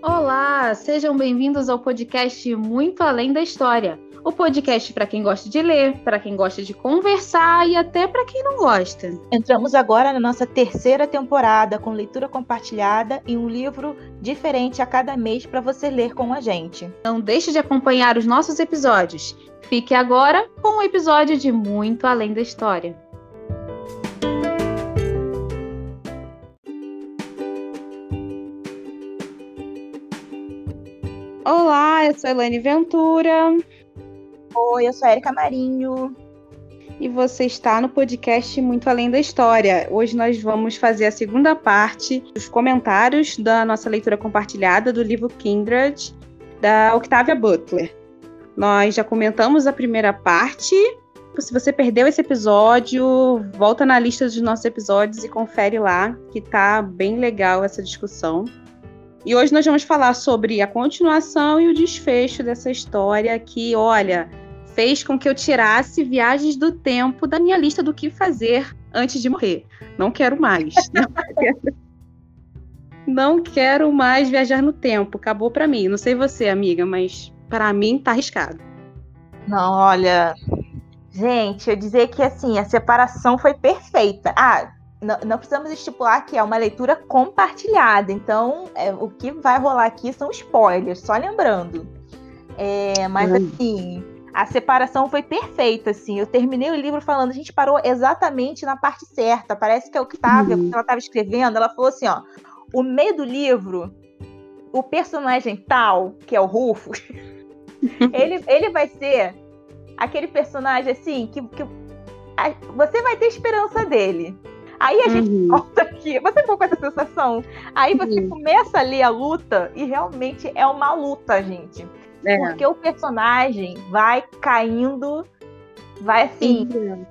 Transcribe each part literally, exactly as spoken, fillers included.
Olá, sejam bem-vindos ao podcast Muito Além da História. O podcast para quem gosta de ler, para quem gosta de conversar e até para quem não gosta. Entramos agora na nossa terceira temporada com leitura compartilhada e um livro diferente a cada mês para você ler com a gente. Não deixe de acompanhar os nossos episódios. Fique agora com o episódio de Muito Além da História. Olá, eu sou a Elaine Ventura. Oi, eu sou a Erika Marinho. E você está no podcast Muito Além da História. Hoje nós vamos fazer a segunda parte dos comentários da nossa leitura compartilhada do livro Kindred, da Octavia Butler. Nós já comentamos a primeira parte. Se você perdeu esse episódio, volta na lista dos nossos episódios e confere lá, que tá bem legal essa discussão. E hoje nós vamos falar sobre a continuação e o desfecho dessa história que, olha, fez com que eu tirasse Viagens do Tempo da minha lista do que fazer antes de morrer. Não quero mais. Não quero, não quero mais viajar no tempo. Acabou pra mim. Não sei você, amiga, mas pra mim tá arriscado. Não, olha... Gente, eu dizer que, assim, a separação foi perfeita. Ah... Não, não precisamos estipular que é uma leitura compartilhada, então é, o que vai rolar aqui são spoilers, só lembrando. É, mas uhum. assim, a separação foi perfeita, assim. Eu terminei o livro falando, a gente parou exatamente na parte certa. Parece que a Octavia, uhum. quando ela estava escrevendo, ela falou assim, ó, o meio do livro, o personagem tal, que é o Rufus, ele, ele vai ser aquele personagem assim, que, que a, você vai ter esperança dele. Aí a gente uhum. volta aqui, você ficou com essa sensação? Aí você uhum. começa a ler a luta e realmente é uma luta, gente. É. Porque o personagem vai caindo, vai assim... Uhum.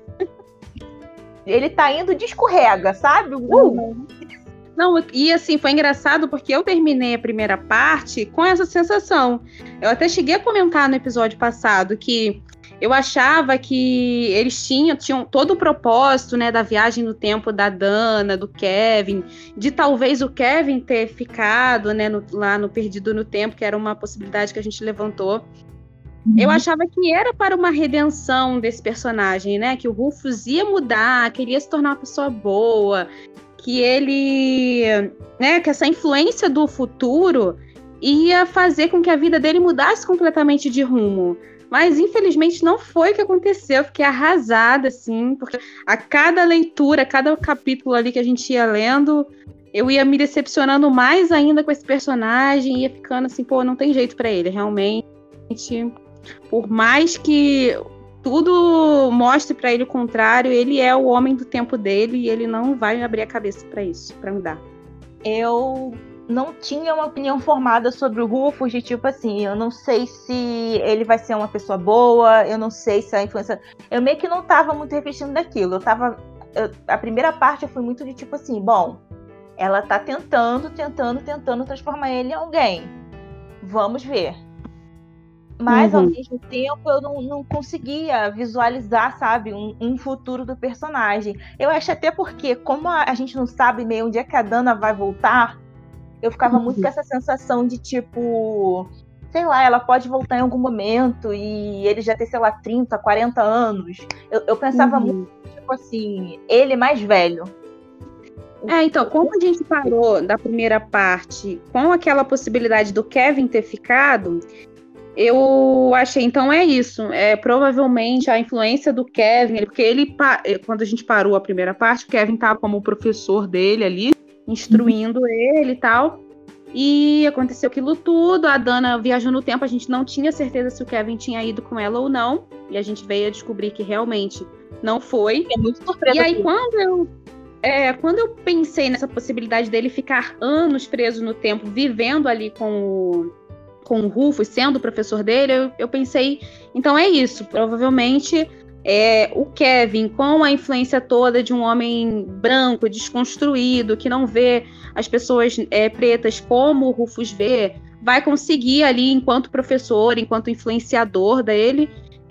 Ele tá indo de escorrega, sabe? Uh! Não, e assim, foi engraçado porque eu terminei a primeira parte com essa sensação. Eu até cheguei a comentar no episódio passado que eu achava que eles tinham, tinham todo o propósito, né, da viagem no tempo da Dana, do Kevin, de talvez o Kevin ter ficado, né, no, lá no Perdido no Tempo, que era uma possibilidade que a gente levantou. Uhum. Eu achava que era para uma redenção desse personagem, né, que o Rufus ia mudar, que ele ia se tornar uma pessoa boa, que ele, né, que essa influência do futuro ia fazer com que a vida dele mudasse completamente de rumo. Mas, infelizmente, não foi o que aconteceu. Eu fiquei arrasada, assim, porque a cada leitura, a cada capítulo ali que a gente ia lendo, eu ia me decepcionando mais ainda com esse personagem, ia ficando assim, pô, não tem jeito pra ele, realmente. Por mais que tudo mostre pra ele o contrário, ele é o homem do tempo dele e ele não vai abrir a cabeça pra isso, pra mudar. Eu... não tinha uma opinião formada sobre o Rufus, de tipo assim, eu não sei se ele vai ser uma pessoa boa, eu não sei se a influência... Eu meio que não tava muito refletindo daquilo, eu tava... Eu, a primeira parte eu fui muito de tipo assim, bom, ela tá tentando, tentando, tentando transformar ele em alguém. Vamos ver. Mas, uhum. ao mesmo tempo, eu não, não conseguia visualizar, sabe, um, um futuro do personagem. Eu acho até porque, como a, a gente não sabe meio onde é que a Dana vai voltar, eu ficava uhum. muito com essa sensação de, tipo, sei lá, ela pode voltar em algum momento e ele já ter, sei lá, trinta, quarenta anos. Eu, eu pensava uhum. muito, tipo assim, ele mais velho. É, então, como a gente parou da primeira parte com aquela possibilidade do Kevin ter ficado, eu achei, então é isso. É, provavelmente a influência do Kevin, porque ele, quando a gente parou a primeira parte, o Kevin estava como professor dele ali, instruindo uhum. ele e tal, e aconteceu aquilo tudo, a Dana viajou no tempo, a gente não tinha certeza se o Kevin tinha ido com ela ou não, e a gente veio a descobrir que realmente não foi. É muito surpresa. E aí aqui. quando eu é, quando eu pensei nessa possibilidade dele ficar anos preso no tempo, vivendo ali com o, com o Rufus, sendo o professor dele, eu, eu pensei, então é isso, provavelmente É, o Kevin, com a influência toda de um homem branco, desconstruído, que não vê as pessoas é, pretas como o Rufus vê, vai conseguir ali, enquanto professor, enquanto influenciador dele,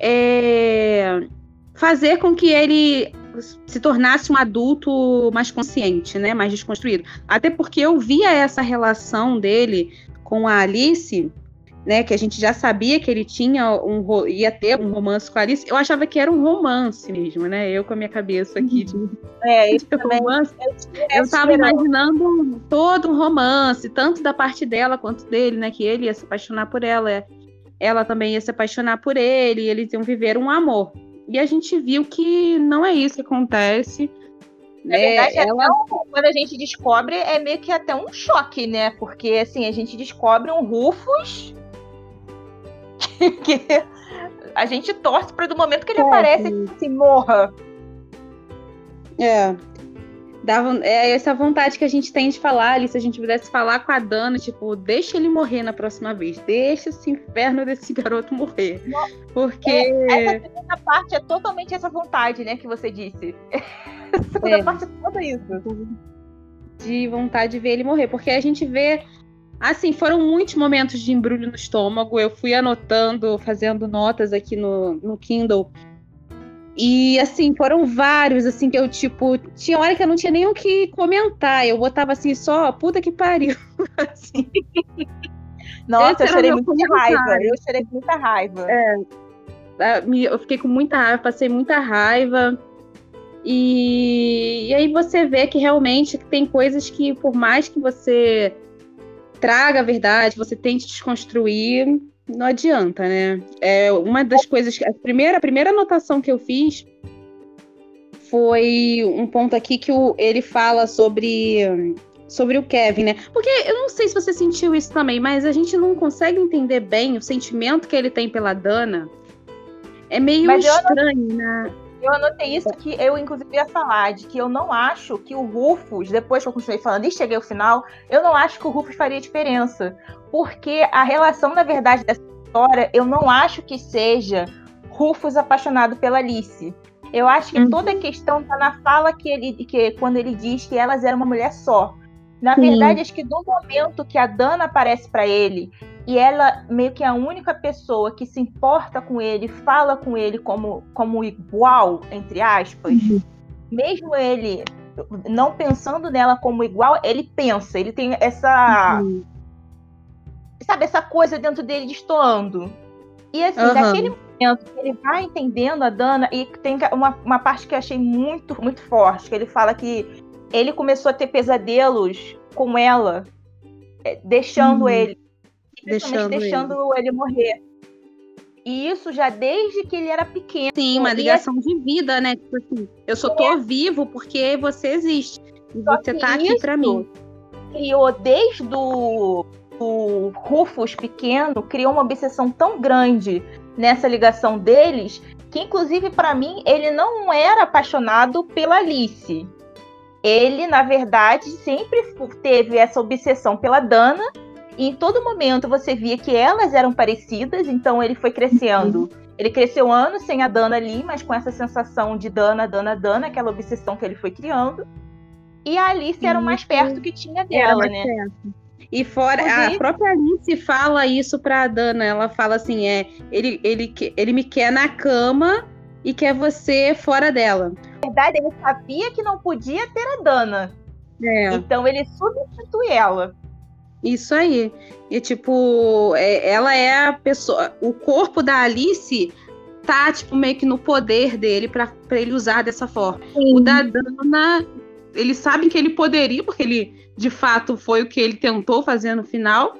é, fazer com que ele se tornasse um adulto mais consciente, né, mais desconstruído. Até porque eu via essa relação dele com a Alice, né, que a gente já sabia que ele tinha um, ia ter um romance com a Alice, eu achava que era um romance mesmo, né? Eu com a minha cabeça aqui de, é, de romance, eu estava imaginando todo um romance, tanto da parte dela quanto dele, né? Que ele ia se apaixonar por ela, ela também ia se apaixonar por ele, e eles iam viver um amor. E a gente viu que não é isso que acontece. Na verdade, é, ela... até um, quando a gente descobre, é meio que até um choque, né? Porque, assim, a gente descobre um Rufus que a gente torce para do momento que ele é, aparece, sim. Assim, morra. É. Dava, é essa vontade que a gente tem de falar ali, se a gente pudesse falar com a Dana, tipo, deixa ele morrer na próxima vez, deixa esse inferno desse garoto morrer. Porque... É, essa segunda parte é totalmente essa vontade, né, que você disse. Essa segunda é. parte é toda isso. De vontade de ver ele morrer, porque a gente vê, assim, foram muitos momentos de embrulho no estômago, eu fui anotando, fazendo notas aqui no, no Kindle. E, assim, foram vários, assim, que eu, tipo... Tinha hora que eu não tinha nem o que comentar. Eu botava, assim, só... Puta que pariu. Assim. Nossa, eu chorei muito de raiva. Eu chorei com muita raiva. É. Eu fiquei com muita raiva, passei muita raiva. E, e aí você vê que, realmente, tem coisas que, por mais que você traga a verdade, você tente desconstruir... Não adianta, né? É uma das coisas... A primeira, a primeira anotação que eu fiz foi um ponto aqui que o, ele fala sobre, sobre o Kevin, né? Porque eu não sei se você sentiu isso também, mas a gente não consegue entender bem o sentimento que ele tem pela Dana. É meio mas estranho, anotei, né? Eu anotei isso que eu, inclusive, ia falar, de que eu não acho que o Rufus, depois que eu continuei falando e cheguei ao final, eu não acho que o Rufus faria diferença. Porque a relação, na verdade, dessa história, eu não acho que seja Rufus apaixonado pela Alice. Eu acho que uhum. toda a questão está na fala que ele, que, quando ele diz que elas eram uma mulher só. Na Sim. verdade, acho que do momento que a Dana aparece para ele, e ela meio que é a única pessoa que se importa com ele, fala com ele como, como igual, entre aspas, uhum. mesmo ele não pensando nela como igual, ele pensa, ele tem essa... Uhum. Sabe, essa coisa dentro dele destoando. E assim, uhum. daquele momento que ele vai entendendo a Dana, e tem uma, uma parte que eu achei muito, muito forte, que ele fala que ele começou a ter pesadelos com ela, deixando uhum. ele. Principalmente deixando, deixando ele. ele morrer. E isso já desde que ele era pequeno. Sim, uma ligação é... de vida, né? Tipo assim, eu só tô é. vivo porque você existe. E só você tá aqui pra mim. Criou desde o... o Rufus pequeno, criou uma obsessão tão grande nessa ligação deles, que inclusive para mim ele não era apaixonado pela Alice. Ele, na verdade, sempre teve essa obsessão pela Dana, e em todo momento você via que elas eram parecidas, então ele foi crescendo. Uhum. Ele cresceu anos sem a Dana ali, mas com essa sensação de Dana, Dana, Dana, aquela obsessão que ele foi criando. E a Alice era o mais perto que tinha dela, né? Perto. E fora, a própria Alice fala isso pra Dana, ela fala assim, é, ele, ele, ele me quer na cama e quer você fora dela. Na verdade, ele sabia que não podia ter a Dana. É. Então ele substitui ela. Isso aí. E tipo, é, ela é a pessoa, o corpo da Alice tá tipo meio que no poder dele pra, pra ele usar dessa forma. Sim. O da Dana, eles sabem que ele poderia, porque ele de fato foi o que ele tentou fazer no final,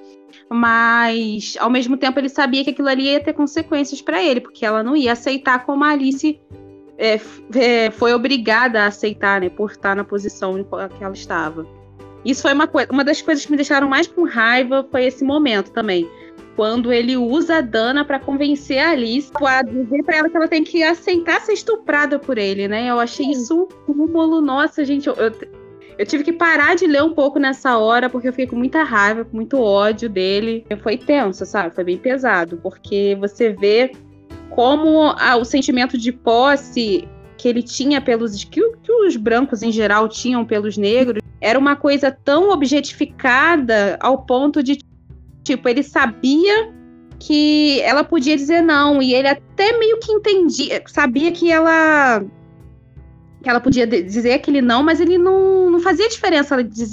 mas ao mesmo tempo ele sabia que aquilo ali ia ter consequências para ele, porque ela não ia aceitar como a Alice é, é, foi obrigada a aceitar, né, por estar na posição em que ela estava. Isso foi uma, uma das coisas que me deixaram mais com raiva, foi esse momento também, quando ele usa a Dana para convencer a Alice a dizer para ela que ela tem que aceitar ser estuprada por ele, né? Eu achei Sim. isso um cúmulo, nossa, gente, eu, eu, eu tive que parar de ler um pouco nessa hora, porque eu fiquei com muita raiva, com muito ódio dele. Foi tenso, sabe? Foi bem pesado, porque você vê como ah, o sentimento de posse que ele tinha pelos... Que, que os brancos, em geral, tinham pelos negros, era uma coisa tão objetificada ao ponto de, tipo, ele sabia que ela podia dizer não, e ele até meio que entendia, sabia que ela... que ela podia dizer aquele não, mas ele não, não fazia diferença ela dizer não.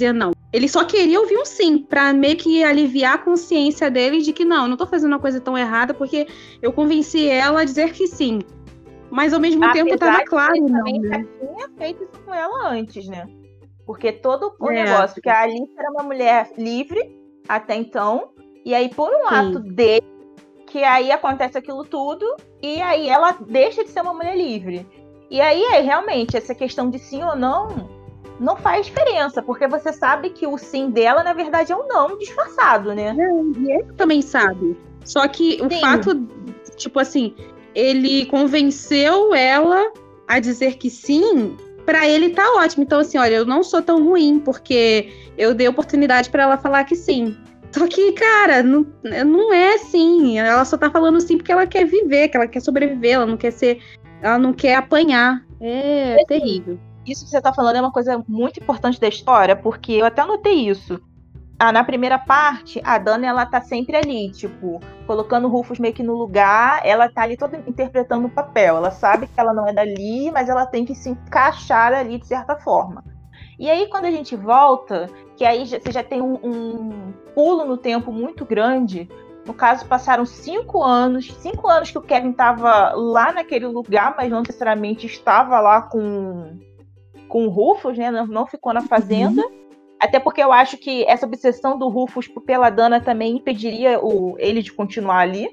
Ele só queria ouvir um sim, pra meio que aliviar a consciência dele de que não, eu não tô fazendo uma coisa tão errada, porque eu convenci ela a dizer que sim. Mas ao mesmo Apesar tempo tava claro, ele não, também já né? tinha feito isso com ela antes, né? Porque todo o É, negócio, porque a Alice era uma mulher livre até então, e aí por um sim. ato dele, que aí acontece aquilo tudo, e aí ela deixa de ser uma mulher livre. E aí, é, realmente, essa questão de sim ou não, não faz diferença, porque você sabe que o sim dela, na verdade, é um não disfarçado, né? E ele também sabe. Só que o Sim. fato, tipo assim, ele convenceu ela a dizer que sim, pra ele tá ótimo. Então, assim, olha, eu não sou tão ruim, porque eu dei oportunidade pra ela falar que sim. Só que, cara, não, não é assim. Ela só tá falando sim porque ela quer viver, que ela quer sobreviver, ela não quer ser. Ela não quer apanhar. É Assim, terrível. isso que você tá falando é uma coisa muito importante da história, porque eu até anotei isso. Ah, na primeira parte, a Dana, ela tá sempre ali, tipo, colocando o Rufus meio que no lugar, ela tá ali toda interpretando o papel. Ela sabe que ela não é dali, mas ela tem que se encaixar ali de certa forma. E aí, quando a gente volta, que aí já, você já tem um, um pulo no tempo muito grande. No caso, passaram cinco anos, cinco anos que o Kevin estava lá naquele lugar, mas não necessariamente estava lá com, com o Rufus, né? Não, não ficou na fazenda. Uhum. Até porque eu acho que essa obsessão do Rufus pela Dana também impediria o, ele de continuar ali.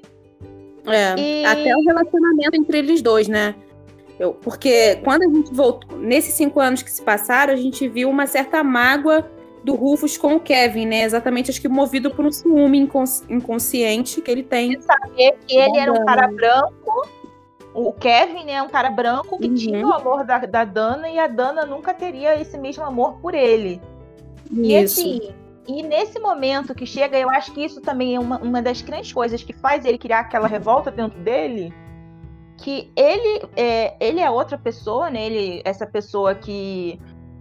É, e... até o relacionamento entre eles dois, né? Eu, porque quando a gente voltou, nesses cinco anos que se passaram, a gente viu uma certa mágoa do Rufus com o Kevin, né? Exatamente, acho que movido por um ciúme incons- inconsciente que ele tem. Você saber que ele era um cara branco, o Kevin, né, um cara branco que uhum. tinha o amor da, da Dana, e a Dana nunca teria esse mesmo amor por ele. Isso. E assim, e nesse momento que chega, eu acho que isso também é uma, uma das grandes coisas que faz ele criar aquela revolta dentro dele, que ele é, ele é outra pessoa, né? Ele, essa pessoa que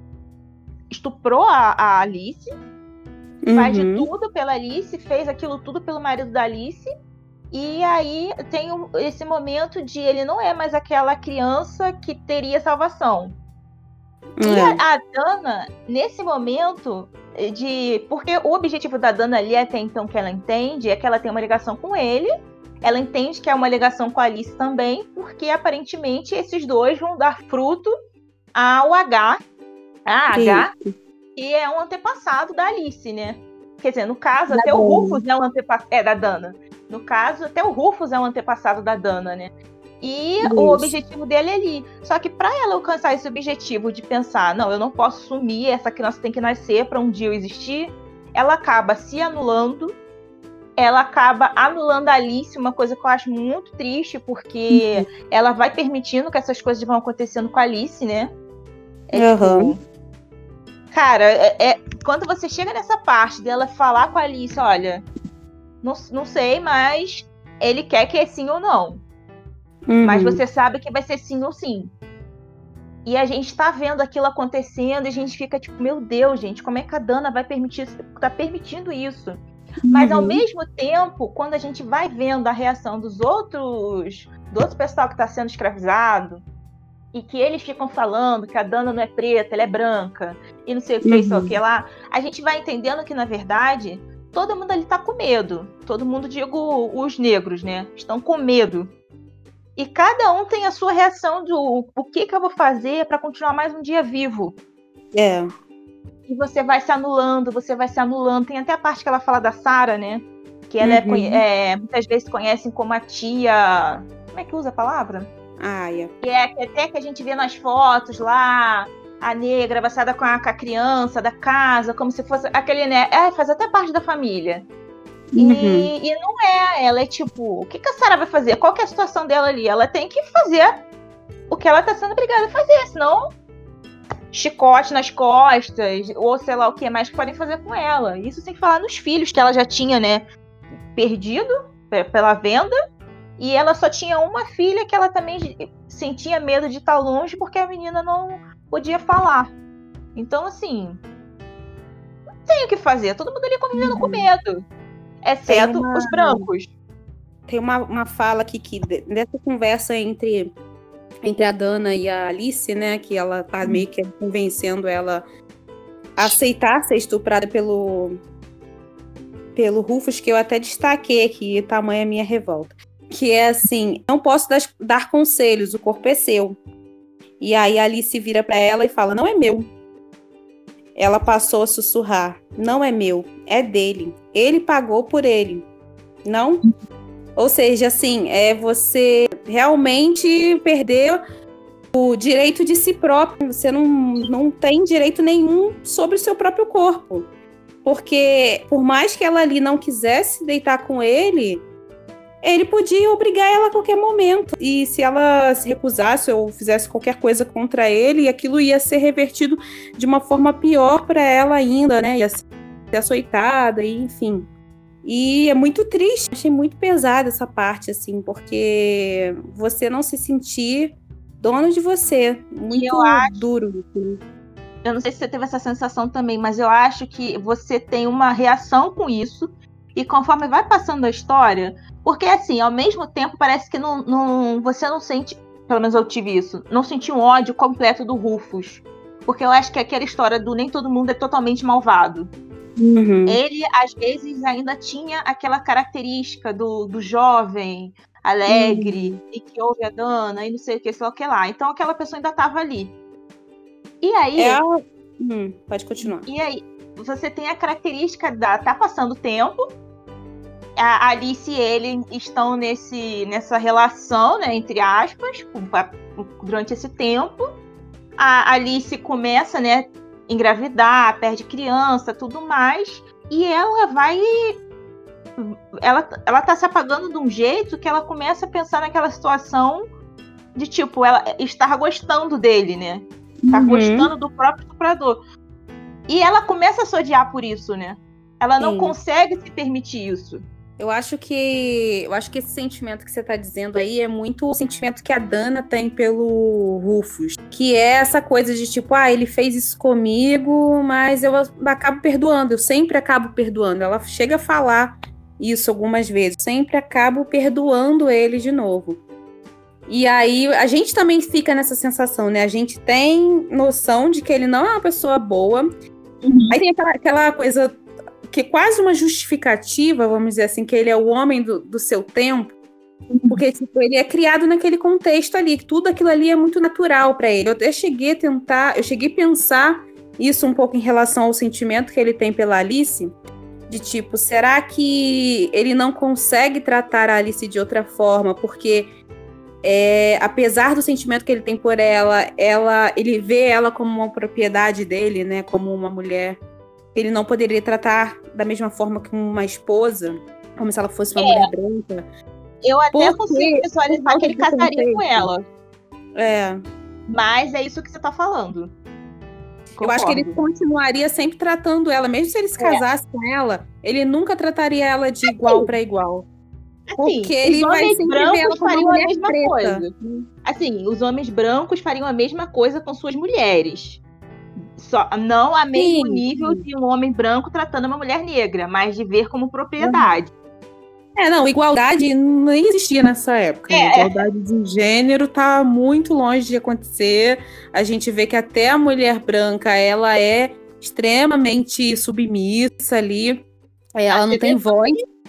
estuprou a, a Alice, uhum. faz de tudo pela Alice, fez aquilo tudo pelo marido da Alice, e aí tem um, esse momento de ele não é mais aquela criança que teria salvação. É. E a, a Dana, nesse momento, de porque o objetivo da Dana ali até então que ela entende é que ela tem uma ligação com ele. Ela entende que é uma ligação com a Alice também, porque aparentemente esses dois vão dar fruto ao H, a H, que é um antepassado da Alice, né? Quer dizer, no caso, da até Dana. O Rufus é um antepassado. É, da Dana. No caso, até o Rufus é um antepassado da Dana, né? E Isso. o objetivo dele é ali. Só que para ela alcançar esse objetivo de pensar, não, eu não posso sumir, essa criança tem que nascer para um dia eu existir, ela acaba se anulando. Ela acaba anulando a Alice, uma coisa que eu acho muito triste, porque uhum. ela vai permitindo que essas coisas vão acontecendo com a Alice, né? É, uhum. tipo, cara, é, é, quando você chega nessa parte dela falar com a Alice, olha, não, não sei, mas ele quer que é sim ou não. Uhum. Mas você sabe que vai ser sim ou sim. E a gente tá vendo aquilo acontecendo e a gente fica tipo, meu Deus, gente, como é que a Dana vai permitir, tá permitindo isso? Mas, ao uhum. mesmo tempo, quando a gente vai vendo a reação dos outros, do outro pessoal que está sendo escravizado, e que eles ficam falando que a Dana não é preta, ela é branca, e não sei o que, uhum. isso, o que lá, a gente vai entendendo que, na verdade, todo mundo ali está com medo. Todo mundo, digo, os negros, né? Estão com medo. E cada um tem a sua reação do o que, que eu vou fazer para continuar mais um dia vivo. É. E você vai se anulando, você vai se anulando. Tem até a parte que ela fala da Sarah, né? Que ela uhum. é, é, muitas vezes conhecem como a tia... Como é que usa a palavra? Ah, é. Que é até que a gente vê nas fotos lá, a negra abraçada com a, com a criança da casa, como se fosse aquele, né? É, faz até parte da família. Uhum. E, e não é, ela é tipo... O que, que a Sarah vai fazer? Qual que é a situação dela ali? Ela tem que fazer o que ela tá sendo obrigada a fazer, senão... chicote nas costas, ou sei lá o que mais que podem fazer com ela. Isso sem falar nos filhos que ela já tinha, né, perdido pela venda, e ela só tinha uma filha que ela também sentia medo de estar longe porque a menina não podia falar. Então, assim, não tem o que fazer, todo mundo ali convivendo uhum. com medo, exceto uma... os brancos. Tem uma, uma fala aqui que dessa conversa entre entre a Dana e a Alice, né, que ela tá meio que convencendo ela aceitar ser estuprada pelo, pelo Rufus, que eu até destaquei aqui, tamanha minha revolta. Que é assim, não posso dar, dar conselhos, o corpo é seu. E aí a Alice vira pra ela e fala, não é meu. Ela passou a sussurrar, não é meu, é dele. Ele pagou por ele. Não? Ou seja, assim, é você realmente perder o direito de si próprio. Você não, não tem direito nenhum sobre o seu próprio corpo. Porque por mais que ela ali não quisesse deitar com ele, ele podia obrigar ela a qualquer momento. E se ela se recusasse ou fizesse qualquer coisa contra ele, aquilo ia ser revertido de uma forma pior para ela ainda, né? Ia ser açoitada, e enfim. E é muito triste, achei muito pesada essa parte, assim, porque você não se sentir dono de você. Muito eu acho, duro. Assim. Eu não sei se você teve essa sensação também, mas eu acho que você tem uma reação com isso, e conforme vai passando a história, porque assim, ao mesmo tempo parece que não, não, você não sente, pelo menos eu tive isso, não senti um ódio completo do Rufus, porque eu acho que aquela história do nem todo mundo é totalmente malvado. Uhum. Ele, às vezes, ainda tinha aquela característica do, do jovem, alegre, uhum. e que ouve a Dana, e não sei o que, sei lá o que lá. Então, aquela pessoa ainda estava ali. E aí... É a... hum, pode continuar. E aí, você tem a característica da... Tá passando o tempo, a Alice e ele estão nesse, nessa relação, né, entre aspas, durante esse tempo. A Alice começa, né, engravidar, perde criança, tudo mais, e ela vai ela, ela tá se apagando de um jeito que ela começa a pensar naquela situação de tipo, ela estar gostando dele, né? Estar uhum. gostando do próprio estuprador. E ela começa a se odiar por isso, né? Ela não Sim. consegue se permitir isso. Eu acho que eu acho que esse sentimento que você está dizendo aí é muito o sentimento que a Dana tem pelo Rufus, que é essa coisa de tipo, ah, ele fez isso comigo, mas eu acabo perdoando, eu sempre acabo perdoando. Ela chega a falar isso algumas vezes, sempre acabo perdoando ele de novo. E aí a gente também fica nessa sensação, né? A gente tem noção de que ele não é uma pessoa boa. Uhum. Aí tem aquela, aquela coisa que é quase uma justificativa, vamos dizer assim, que ele é o homem do, do seu tempo, porque tipo, ele é criado naquele contexto ali, que tudo aquilo ali é muito natural para ele. Eu até cheguei a tentar, eu cheguei a pensar isso um pouco em relação ao sentimento que ele tem pela Alice, de tipo, será que ele não consegue tratar a Alice de outra forma, porque é, apesar do sentimento que ele tem por ela, ela, ele vê ela como uma propriedade dele, né, como uma mulher. Ele não poderia tratar da mesma forma que uma esposa, como se ela fosse uma é. mulher branca. Eu até Porque, consigo visualizar que ele casaria com ela. É. Mas é isso que você tá falando. Concordo. Eu acho que ele continuaria sempre tratando ela, mesmo se ele se casasse é. com ela, ele nunca trataria ela de igual assim, para igual. Assim, Porque ele vai sempre ver ela como fariam uma a mesma preta. coisa. Assim, os homens brancos fariam a mesma coisa com suas mulheres. Só, não a mesmo sim, nível sim. de um homem branco tratando uma mulher negra, mas de ver como propriedade. É, não, igualdade nem existia nessa época. É. Né? Igualdade de gênero tá muito longe de acontecer. A gente vê que até a mulher branca, ela é extremamente submissa ali. Ela não tem voz.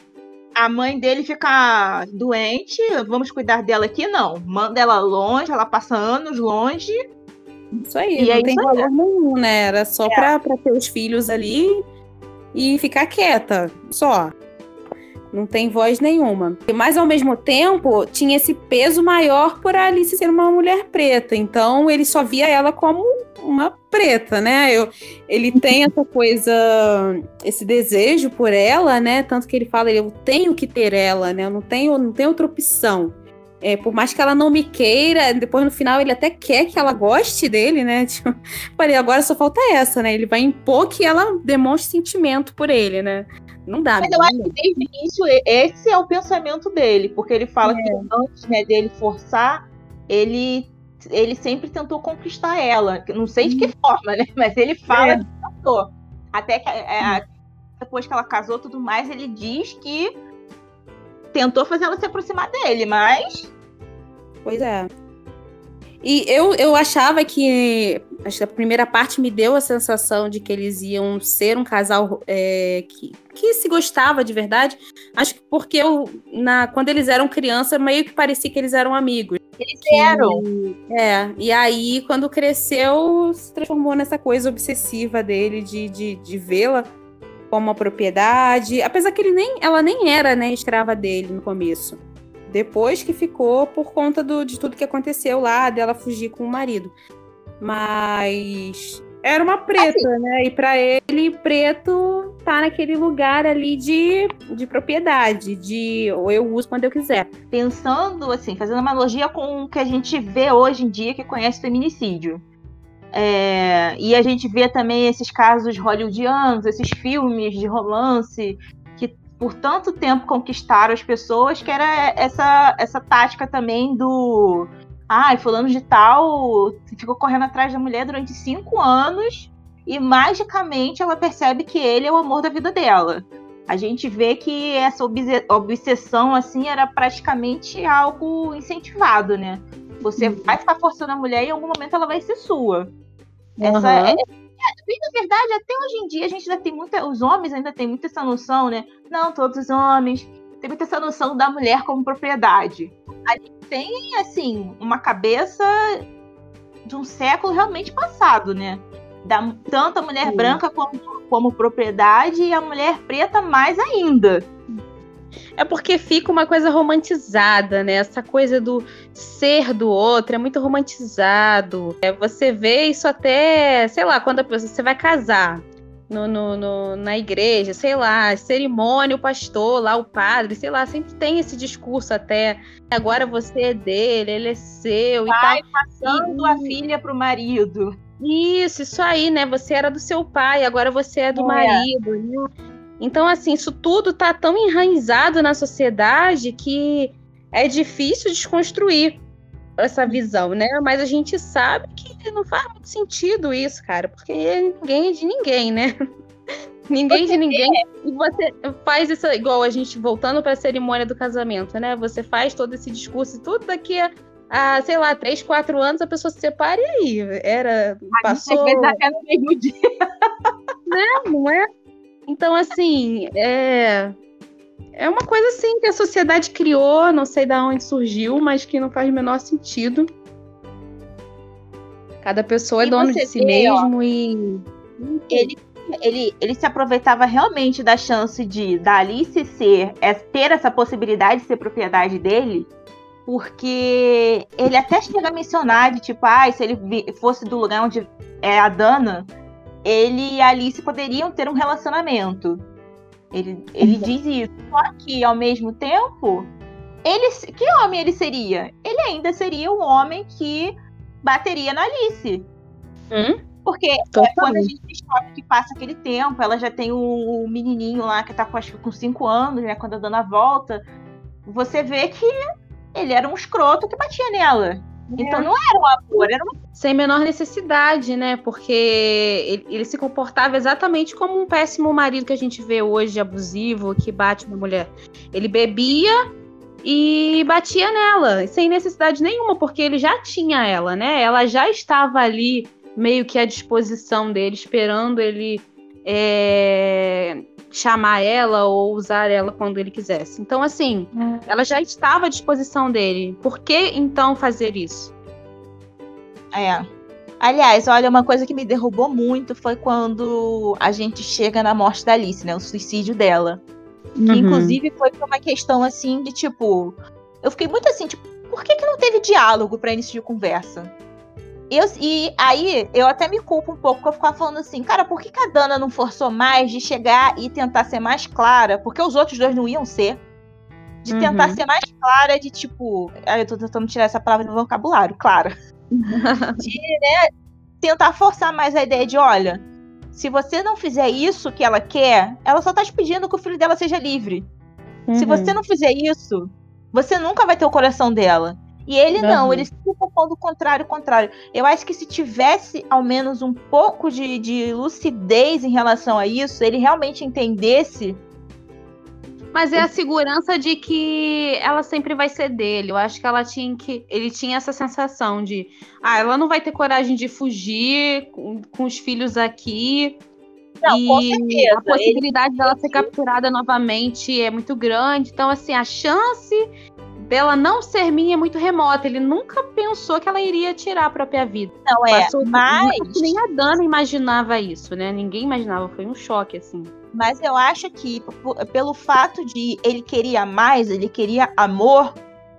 A mãe dele fica doente, vamos cuidar dela aqui, não. Manda ela longe, ela passa anos longe. Isso aí, e não é tem valor aí. nenhum, né? Era só é. pra, pra ter os filhos ali e ficar quieta, só. Não tem voz nenhuma. Mas, ao mesmo tempo, tinha esse peso maior por a Alice ser uma mulher preta. Então, ele só via ela como uma preta, né? Eu, ele tem essa coisa, esse desejo por ela, né? Tanto que ele fala, eu tenho que ter ela, né? Eu não tenho, não tenho outra opção. É, por mais que ela não me queira, depois no final ele até quer que ela goste dele, né? Tipo, falei, agora só falta essa, né? Ele vai impor que ela demonstre sentimento por ele, né? Não dá. Mas eu acho que desde o início esse é o pensamento dele, porque ele fala é. que antes, né, dele forçar, ele, ele sempre tentou conquistar ela. Não sei de que hum. forma, né? Mas ele fala é. que tentou. Até que é, depois que ela casou tudo mais, ele diz que tentou fazer ela se aproximar dele, mas... Pois é. E eu, eu achava que acho que a primeira parte me deu a sensação de que eles iam ser um casal é, que, que se gostava de verdade. Acho que porque eu, na, quando eles eram criança, meio que parecia que eles eram amigos. Eles que, eram. É, e aí quando cresceu, se transformou nessa coisa obsessiva dele de, de, de vê-la como uma propriedade. Apesar que ele nem, ela nem era, né, escrava dele no começo. Depois que ficou por conta do, de tudo que aconteceu lá, dela fugir com o marido. Mas era uma preta, assim, né? E pra ele, preto tá naquele lugar ali de, de propriedade, de ou eu uso quando eu quiser. Pensando, assim, fazendo uma analogia com o que a gente vê hoje em dia que conhece feminicídio. É, e a gente vê também esses casos hollywoodianos, esses filmes de romance que por tanto tempo conquistaram as pessoas, que era essa, essa tática também do... Ai, fulano de tal ficou correndo atrás da mulher durante cinco anos e magicamente ela percebe que ele é o amor da vida dela. A gente vê que essa obsessão, assim, era praticamente algo incentivado, né? Você uhum. vai ficar forçando a mulher e em algum momento ela vai ser sua. Essa uhum. é, é, na verdade, até hoje em dia a gente ainda tem muita... Os homens ainda têm muita essa noção, né? Não, todos os homens têm muita essa noção da mulher como propriedade. A gente tem, assim, uma cabeça de um século realmente passado, né? Da, tanto a mulher Sim. branca como, como propriedade e a mulher preta mais ainda. É porque fica uma coisa romantizada, né? Essa coisa do ser do outro é muito romantizado. É, você vê isso até, sei lá, quando a pessoa, você vai casar no, no, no, na igreja, sei lá, cerimônia, o pastor lá, o padre, sei lá, sempre tem esse discurso até. Agora você é dele, ele é seu pai e tal. Passando e, a filha pro marido. Isso, isso aí, né? Você era do seu pai, agora você é do é. marido, né? Então, assim, isso tudo tá tão enraizado na sociedade que é difícil desconstruir essa visão, né? Mas a gente sabe que não faz muito sentido isso, cara, porque ninguém é de ninguém, né? Ninguém de ninguém. E você faz isso, igual a gente voltando para a cerimônia do casamento, né? Você faz todo esse discurso e tudo daqui a, a, sei lá, três, quatro anos a pessoa se separa e aí? Era, a passou... Às vezes até no mesmo dia. Né? Não é? Então, assim, é... é uma coisa assim que a sociedade criou, não sei de onde surgiu, mas que não faz o menor sentido. Cada pessoa é e dono de si vê, mesmo ó, e... Ele, ele, ele se aproveitava realmente da chance de da Alice ser, é, ter essa possibilidade de ser propriedade dele, porque ele até chega a mencionar de tipo, ah, se ele fosse do lugar onde é a Dana, ele e a Alice poderiam ter um relacionamento. Ele, ele diz isso. Só que, ao mesmo tempo, ele, que homem ele seria? Ele ainda seria um homem que bateria na Alice. Hum? Porque é, quando a gente descobre que passa aquele tempo, ela já tem o, o menininho lá que tá com, acho que com cinco anos, né, quando a Dana volta, você vê que ele era um escroto que batia nela. É. Então não era um amor, era uma... Sem menor necessidade, né? Porque ele, ele se comportava exatamente como um péssimo marido que a gente vê hoje, abusivo, que bate uma mulher. Ele bebia e batia nela, sem necessidade nenhuma, porque ele já tinha ela, né? Ela já estava ali, meio que à disposição dele, esperando ele é, chamar ela ou usar ela quando ele quisesse. Então, assim, é. ela já estava à disposição dele. Por que, então, fazer isso? É. Aliás, olha, uma coisa que me derrubou muito foi quando a gente chega na morte da Alice, né? O suicídio dela. Que, uhum. inclusive, foi uma questão, assim, de, tipo... Eu fiquei muito assim, tipo, por que que não teve diálogo pra início de conversa? Eu, e aí, eu até me culpo um pouco, porque eu ficava falando assim, cara, por que que a Dana não forçou mais de chegar e tentar ser mais clara? Porque os outros dois não iam ser. De uhum. tentar ser mais clara, de, tipo... Aí eu tô tentando tirar essa palavra do vocabulário, clara. De, né, tentar forçar mais a ideia de, olha, se você não fizer isso que ela quer, ela só tá te pedindo que o filho dela seja livre. Uhum. Se você não fizer isso, você nunca vai ter o coração dela. E ele uhum. não, ele se propõe do contrário, contrário. Eu acho que se tivesse ao menos um pouco de, de lucidez em relação a isso, ele realmente entendesse. Mas é a segurança de que ela sempre vai ser dele. Eu acho que ela tinha que. Ele tinha essa sensação de. Ah, ela não vai ter coragem de fugir com, com os filhos aqui. Não, com E certeza. a possibilidade Ele- dela ser capturada novamente é muito grande. Então, assim, a chance dela não ser minha é muito remota. Ele nunca pensou que ela iria tirar a própria vida. Não é, Passou- mas, Nem a Dana imaginava isso, né? Ninguém imaginava. Foi um choque, assim. mas eu acho que p- pelo fato de ele queria mais, ele queria amor,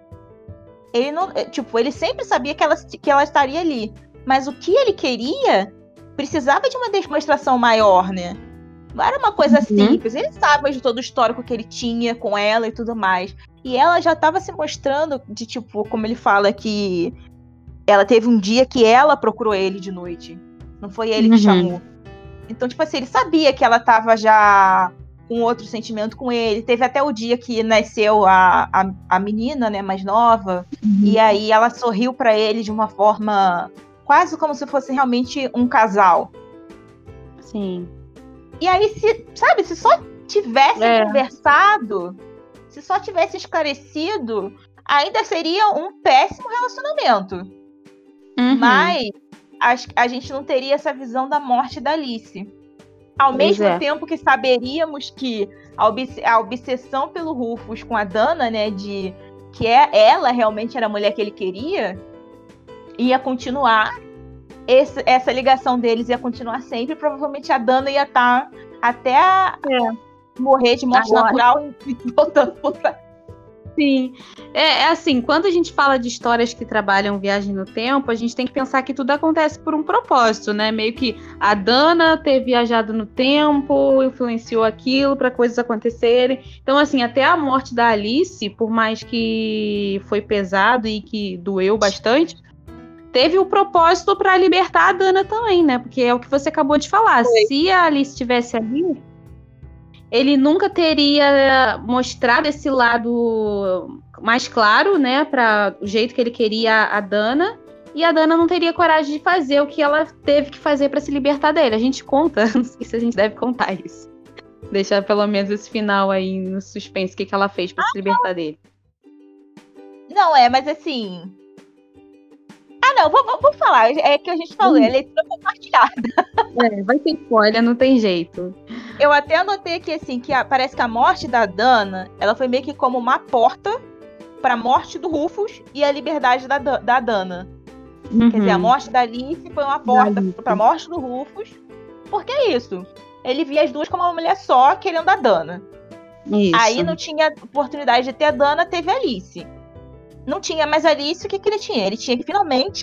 ele não, eh, tipo, ele sempre sabia que ela, que ela estaria ali. Mas o que ele queria precisava de uma demonstração maior, né? Não era uma coisa Uhum. simples. Ele sabe de todo o histórico que ele tinha com ela e tudo mais. E ela já estava se mostrando de, tipo, como ele fala, que ela teve um dia que ela procurou ele de noite. Não foi ele que Uhum. chamou. Então, tipo assim, ele sabia que ela tava já com outro sentimento com ele. Teve até o dia que nasceu a, a, a menina, né, mais nova. Uhum. E aí ela sorriu pra ele de uma forma quase como se fosse realmente um casal. Sim. E aí, se, sabe, se só tivessem É. conversado, se só tivesse esclarecido, ainda seria um péssimo relacionamento. Uhum. Mas a, a gente não teria essa visão da morte da Alice. Ao Pois mesmo é. tempo que saberíamos que a, obs- a obsessão pelo Rufus com a Dana, né, de que é, ela realmente era a mulher que ele queria, ia continuar. Esse- essa ligação deles ia continuar sempre. Provavelmente a Dana ia estar até a- morrer de morte Agora. natural e voltando por trás. Sim. É, é assim, quando a gente fala de histórias que trabalham viagem no tempo, a gente tem que pensar que tudo acontece por um propósito, né? Meio que a Dana ter viajado no tempo influenciou aquilo para coisas acontecerem. Então, assim, até a morte da Alice, por mais que foi pesado e que doeu bastante, teve o propósito para libertar a Dana também, né? Porque é o que você acabou de falar. Foi. Se a Alice estivesse ali, ele nunca teria mostrado esse lado mais claro, né, para o jeito que ele queria a Dana, e a Dana não teria coragem de fazer o que ela teve que fazer para se libertar dele. A gente conta, não sei se a gente deve contar isso. Deixar pelo menos esse final aí no suspense, o que, que ela fez para se libertar dele. Não, é, mas assim. Ah, não, vou, vou, vou falar. É que a gente falou, Hum. é leitura compartilhada. É, vai ter spoiler, não tem jeito. Eu até anotei aqui, assim, que a- parece que a morte da Dana, ela foi meio que como uma porta pra morte do Rufus e a liberdade da, Da- da Dana. Uhum. Quer dizer, a morte da Alice foi uma porta Alice. pra morte do Rufus. Porque é isso. Ele via as duas como uma mulher só, querendo a Dana. Isso. Aí não tinha oportunidade de ter a Dana, teve a Alice. Não tinha mais a Alice, o que, que ele tinha? Ele tinha que finalmente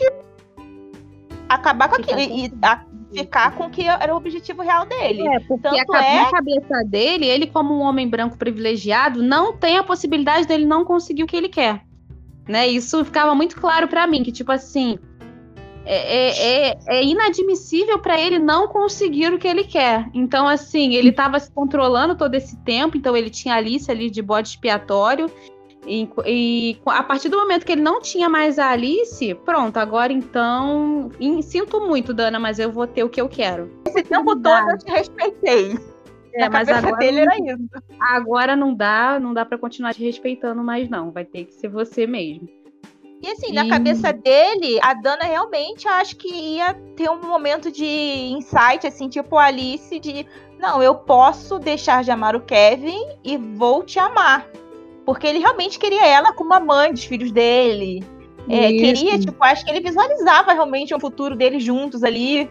acabar com Ficar aquilo e, e a- ficar com o que era o objetivo real dele. É, porque Tanto a, é- na cabeça dele, ele como um homem branco privilegiado, não tem a possibilidade dele não conseguir o que ele quer. Né? Isso ficava muito claro pra mim, que tipo assim, é, é, é- é inadmissível pra ele não conseguir o que ele quer. Então assim, ele tava se controlando todo esse tempo, então ele tinha a Alice ali de bode expiatório, e, e a partir do momento que ele não tinha mais a Alice, pronto, agora então, em- sinto muito, Dana, mas eu vou ter o que eu quero. Esse tempo todo eu te respeitei. É, Na mas cabeça agora dele era isso. Agora não dá, não dá para continuar te respeitando mais, não. Vai ter que ser você mesmo. E assim, na E- cabeça dele, a Dana realmente acho que ia ter um momento de insight, assim, tipo a Alice, de não, eu posso deixar de amar o Kevin e vou te amar. Porque ele realmente queria ela como a mãe dos filhos dele. É, Isso. queria, tipo, acho que ele visualizava realmente o futuro deles juntos ali.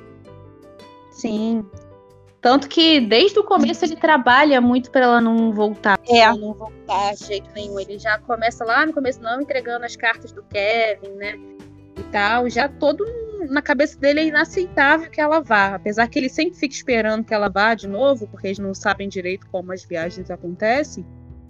Sim. Tanto que desde o começo ele trabalha muito para ela não voltar. É. Ela não voltar de jeito nenhum. Ele já começa lá no começo, não entregando as cartas do Kevin, né? E tal. Já todo na cabeça dele é inaceitável que ela vá. Apesar que ele sempre fica esperando que ela vá de novo, porque eles não sabem direito como as viagens acontecem.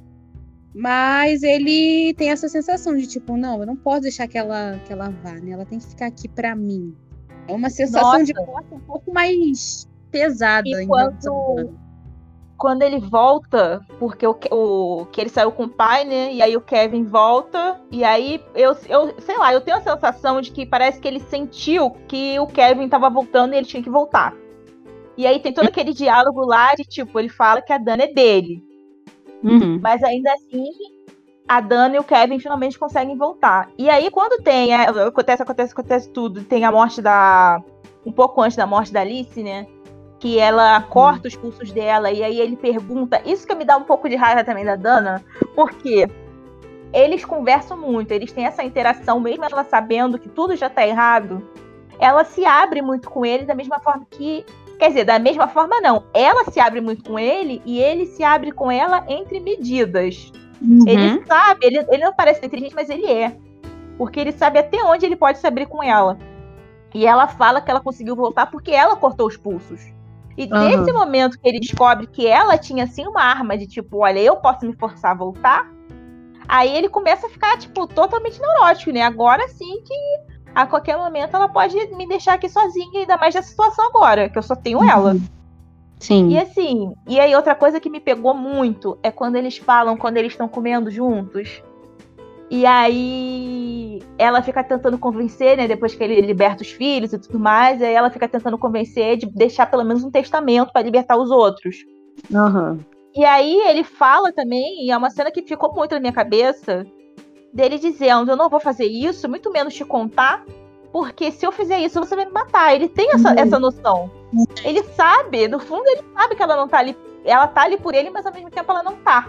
Mas ele tem essa sensação de tipo, não, eu não posso deixar que ela, que ela vá, né? Ela tem que ficar aqui pra mim. É uma sensação Nossa. de morte um pouco mais pesada. E em quando- relação a- Quando ele volta, porque o, o que ele saiu com o pai, né? E aí o Kevin volta. E aí, eu, eu sei lá, eu tenho a sensação de que parece que ele sentiu que o Kevin tava voltando e ele tinha que voltar. E aí tem todo aquele diálogo lá de tipo, ele fala que a Dana é dele. Uhum. Mas ainda assim, a Dana e o Kevin finalmente conseguem voltar. E aí, quando tem, é, acontece, acontece, acontece tudo, tem a morte da... Um pouco antes da morte da Alice, né? Que ela corta os pulsos dela, e aí ele pergunta... Isso que me dá um pouco de raiva também da Dana, porque eles conversam muito, eles têm essa interação, mesmo ela sabendo que tudo já tá errado, ela se abre muito com ele da mesma forma que... Quer dizer, da mesma forma não. Ela se abre muito com ele, e ele se abre com ela entre medidas. Uhum. Ele sabe, ele, ele não parece inteligente, mas ele é. Porque ele sabe até onde ele pode se abrir com ela. E ela fala que ela conseguiu voltar porque ela cortou os pulsos. E Uhum. desse momento que ele descobre que ela tinha, assim, uma arma de tipo, olha, eu posso me forçar a voltar, aí ele começa a ficar, tipo, totalmente neurótico, né? Agora sim que a qualquer momento ela pode me deixar aqui sozinha, ainda mais nessa situação agora, que eu só tenho ela. Sim. E assim, e aí outra coisa que me pegou muito é quando eles falam, quando eles estão comendo juntos. E aí ela fica tentando convencer, né, depois que ele liberta os filhos e tudo mais, aí ela fica tentando convencer de deixar pelo menos um testamento para libertar os outros. Uhum. E aí ele fala também, e é uma cena que ficou muito na minha cabeça, dele dizendo, eu não vou fazer isso, muito menos te contar, porque se eu fizer isso, você vai me matar. Ele tem essa, uhum. essa noção. Ele sabe, no fundo ele sabe que ela não tá ali, ela tá ali por ele, mas ao mesmo tempo ela não tá.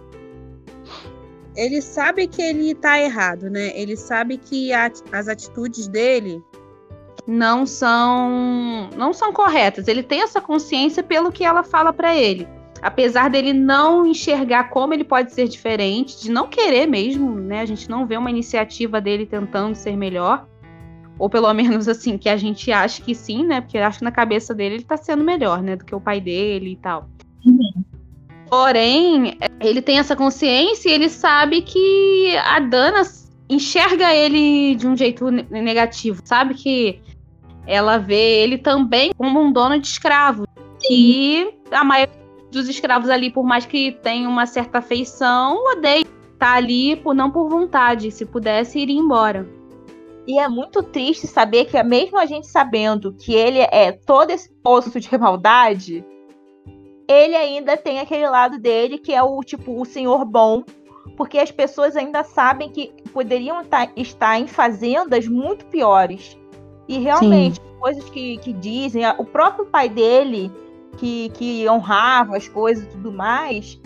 Ele sabe que ele tá errado, né? Ele sabe que a, as atitudes dele não são não são corretas. Ele tem essa consciência pelo que ela fala pra ele. Apesar dele não enxergar como ele pode ser diferente, de não querer mesmo, né? A gente não vê uma iniciativa dele tentando ser melhor. Ou pelo menos assim, que a gente acha que sim, né? Porque acho que na cabeça dele ele tá sendo melhor, né? Do que o pai dele e tal. Uhum. Porém, ele tem essa consciência e ele sabe que a Dana enxerga ele de um jeito negativo. Sabe que ela vê ele também como um dono de escravo. E a maioria dos escravos ali, por mais que tenham uma certa afeição, odeia estar ali por, não por vontade. Se pudesse, iria embora. E é muito triste saber que mesmo a gente sabendo que ele é todo esse poço de maldade, ele ainda tem aquele lado dele que é o tipo o senhor bom, porque as pessoas ainda sabem que poderiam tá, estar em fazendas muito piores. E realmente, Sim. coisas que, que dizem, o próprio pai dele, que, que honrava as coisas e tudo mais,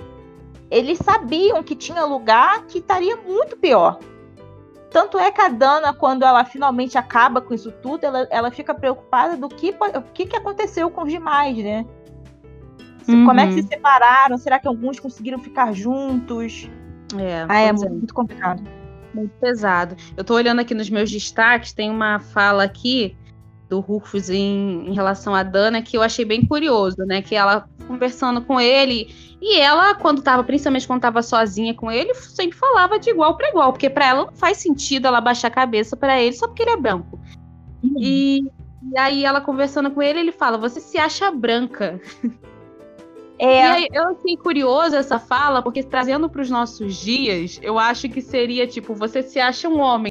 eles sabiam que tinha lugar que estaria muito pior. Tanto é que a Dana, quando ela finalmente acaba com isso tudo, ela, ela fica preocupada do que, o que, que aconteceu com os demais, né? Uhum. Como é que se separaram? Será que alguns conseguiram ficar juntos? É, ah, é é muito complicado. Muito pesado. Eu tô olhando aqui nos meus destaques, tem uma fala aqui do Rufus em, em relação à Dana que eu achei bem curioso, né? Que ela conversando com ele, e ela, quando tava, principalmente quando tava sozinha com ele, sempre falava de igual para igual, porque para ela não faz sentido ela baixar a cabeça para ele só porque ele é branco. Uhum. E, e aí ela conversando com ele, ele fala, você se acha branca. É. E aí, eu achei curioso essa fala, porque trazendo para os nossos dias, eu acho que seria tipo, você se acha um homem.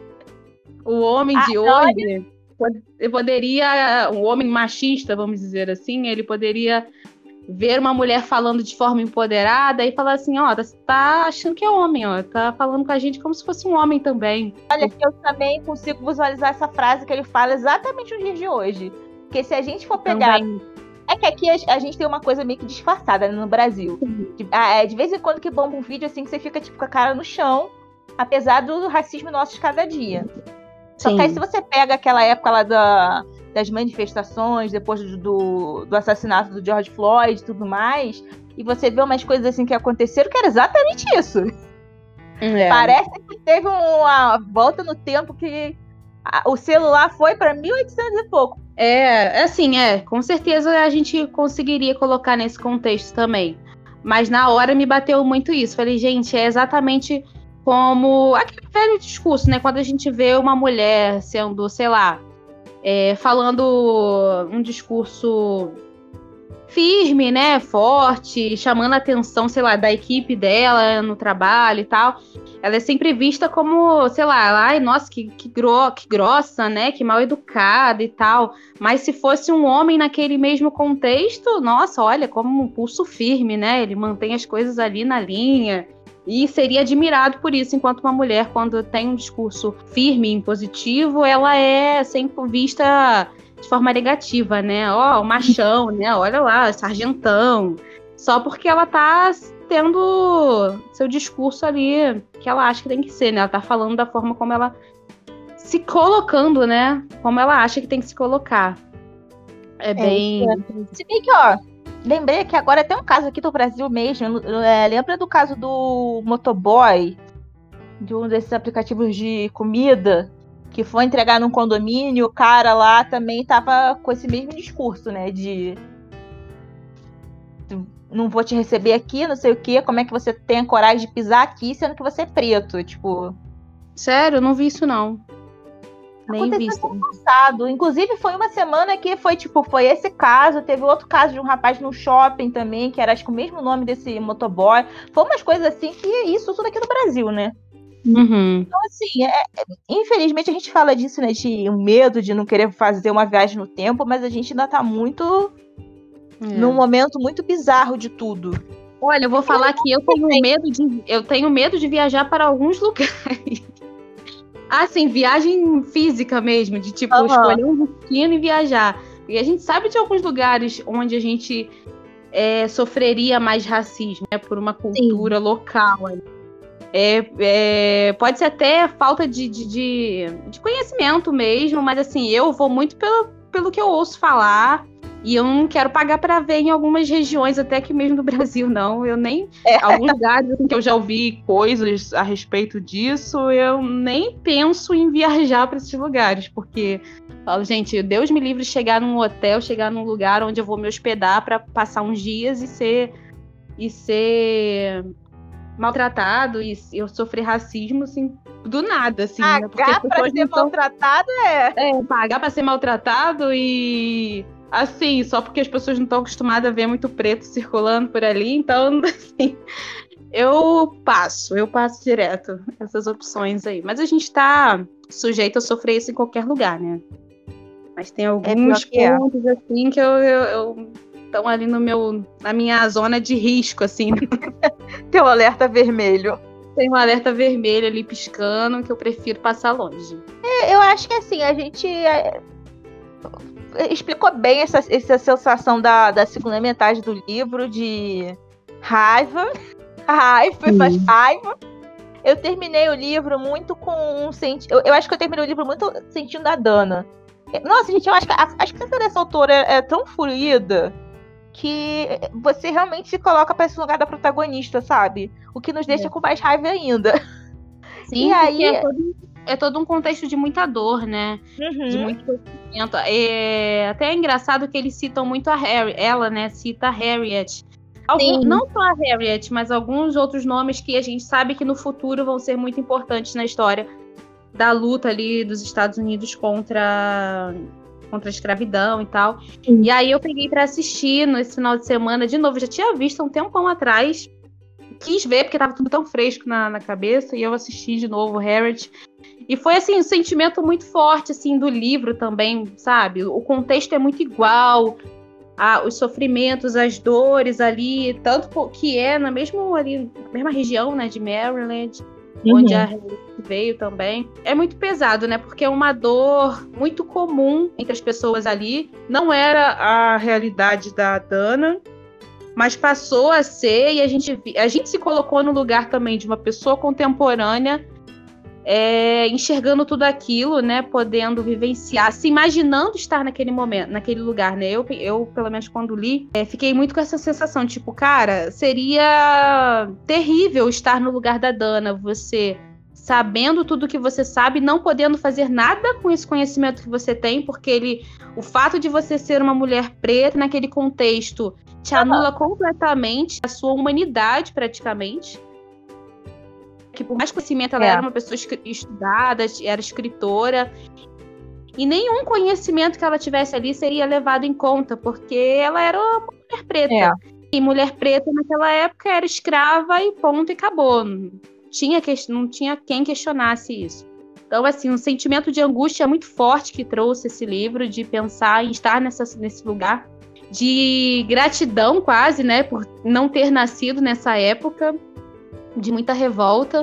O homem ah, de hoje olha... poderia, um homem machista, vamos dizer assim, ele poderia ver uma mulher falando de forma empoderada e falar assim, ó, você tá achando que é homem, ó, tá falando com a gente como se fosse um homem também. Olha, eu também consigo visualizar essa frase que ele fala exatamente nos dias de hoje. Porque se a gente for pegar... Também. É que aqui a, a gente tem uma coisa meio que disfarçada, né, no Brasil. De, a, de vez em quando que bomba um vídeo assim que você fica tipo com a cara no chão, apesar do racismo nosso de cada dia. Só Sim. que aí se você pega aquela época lá da, das manifestações, depois do, do, do assassinato do George Floyd e tudo mais, e você vê umas coisas assim que aconteceram que era exatamente isso. É. Parece que teve uma volta no tempo que a, o celular foi para mil e oitocentos e pouco. É, assim, é, com certeza a gente conseguiria colocar nesse contexto também. Mas na hora me bateu muito isso. Falei, gente, é exatamente como aquele velho discurso, né? Quando a gente vê uma mulher sendo, sei lá, é, falando um discurso firme, né, forte, chamando a atenção, sei lá, da equipe dela no trabalho e tal. Ela é sempre vista como, sei lá, ai, nossa, que, que, gro que grossa, né, que mal educada e tal. Mas se fosse um homem naquele mesmo contexto, nossa, olha, como um pulso firme, né, ele mantém as coisas ali na linha. E seria admirado por isso, enquanto uma mulher, quando tem um discurso firme e impositivo, ela é sempre vista de forma negativa, né? Ó, o machão, né? Olha lá, sargentão. Só porque ela tá tendo seu discurso ali que ela acha que tem que ser, né? Ela tá falando da forma como ela se colocando, né? Como ela acha que tem que se colocar. É bem... É, se bem que, ó, lembrei que agora tem um caso aqui do Brasil mesmo. É, lembra do caso do motoboy, de um desses aplicativos de comida, que foi entregar num condomínio, o cara lá também tava com esse mesmo discurso, né? De não vou te receber aqui, não sei o quê, como é que você tem a coragem de pisar aqui, sendo que você é preto, tipo... Sério, eu não vi isso, não. Nem vi isso. Passado. Inclusive, foi uma semana que foi, tipo, foi esse caso, teve outro caso de um rapaz no shopping também, que era, acho que o mesmo nome desse motoboy. Foi umas coisas assim, que isso tudo aqui no Brasil, né? Uhum. Então, assim, é, é, infelizmente a gente fala disso, né, de um medo de não querer fazer uma viagem no tempo, mas a gente ainda tá muito é. num momento muito bizarro de tudo. Olha, eu vou falar que eu tenho medo de, eu tenho medo de viajar para alguns lugares. Assim, viagem física mesmo, de tipo, uhum. escolher um destino e viajar. E a gente sabe de alguns lugares onde a gente é, sofreria mais racismo, né, por uma cultura Sim. local. É, é, pode ser até falta de, de, de, de conhecimento mesmo, mas assim, eu vou muito pelo, pelo que eu ouço falar e eu não quero pagar para ver em algumas regiões, até que mesmo do Brasil, não. Eu nem... É. Alguns lugares assim, que eu já ouvi coisas a respeito disso, eu nem penso em viajar para esses lugares, porque falo, gente, Deus me livre de chegar num hotel, chegar num lugar onde eu vou me hospedar para passar uns dias e ser... E ser... maltratado e eu sofrer racismo, assim, do nada, assim, pagar né? Porque pra ser tão... maltratado é... É, pagar pra ser maltratado e... Assim, só porque as pessoas não estão acostumadas a ver muito preto circulando por ali, então, assim, eu passo, eu passo direto essas opções aí. Mas a gente tá sujeito a sofrer isso em qualquer lugar, né? Mas tem alguns é pontos, é. assim, que eu... eu, eu... estão ali no meu, na minha zona de risco, assim. Tem um alerta vermelho. Tem um alerta vermelho ali piscando, que eu prefiro passar longe. É, eu acho que assim, a gente é, explicou bem essa, essa sensação da, da segunda metade do livro, de raiva. Raiva, faz raiva. Eu terminei o livro muito com um sentido. Eu, eu acho que eu terminei o livro muito sentindo a Dana. Nossa, gente, eu acho que a, a escrita dessa autora é, é tão fluida que você realmente se coloca para esse lugar da protagonista, sabe? O que nos deixa é. com mais raiva ainda. Sim, e aí é todo, é todo um contexto de muita dor, né? Uhum. De muito sofrimento. É até é engraçado que eles citam muito a Harry, ela, né? Cita a Harriet. Algum, não só a Harriet, mas alguns outros nomes que a gente sabe que no futuro vão ser muito importantes na história da luta ali dos Estados Unidos contra... contra a escravidão e tal. Sim. E aí eu peguei pra assistir nesse final de semana de novo. Eu já tinha visto há um tempão atrás. Quis ver, porque tava tudo tão fresco na, na cabeça. E eu assisti de novo Harriet. E foi, assim, um sentimento muito forte, assim, do livro também, sabe? O contexto é muito igual. A, os sofrimentos, as dores ali. Tanto que é na mesma, ali, na mesma região, né, de Maryland. Uhum. Onde a Harriet veio também. É muito pesado, né? Porque é uma dor muito comum entre as pessoas ali. Não era a realidade da Dana, mas passou a ser, e a gente, a gente se colocou no lugar também de uma pessoa contemporânea, é, enxergando tudo aquilo, né? Podendo vivenciar, se imaginando estar naquele momento, naquele lugar, né? Eu, eu pelo menos quando li, é, fiquei muito com essa sensação, tipo, cara, seria terrível estar no lugar da Dana, você sabendo tudo que você sabe, não podendo fazer nada com esse conhecimento que você tem, porque ele, o fato de você ser uma mulher preta naquele contexto te anula completamente a sua humanidade, praticamente. Que por mais conhecimento, ela é. era uma pessoa estudada, era escritora, e nenhum conhecimento que ela tivesse ali seria levado em conta, porque ela era uma preta. É. E mulher preta naquela época era escrava e ponto, e acabou. Não tinha, que... não tinha quem questionasse isso. Então, assim, um sentimento de angústia muito forte que trouxe esse livro, de pensar em estar nessa, nesse lugar, de gratidão quase, né, por não ter nascido nessa época, de muita revolta.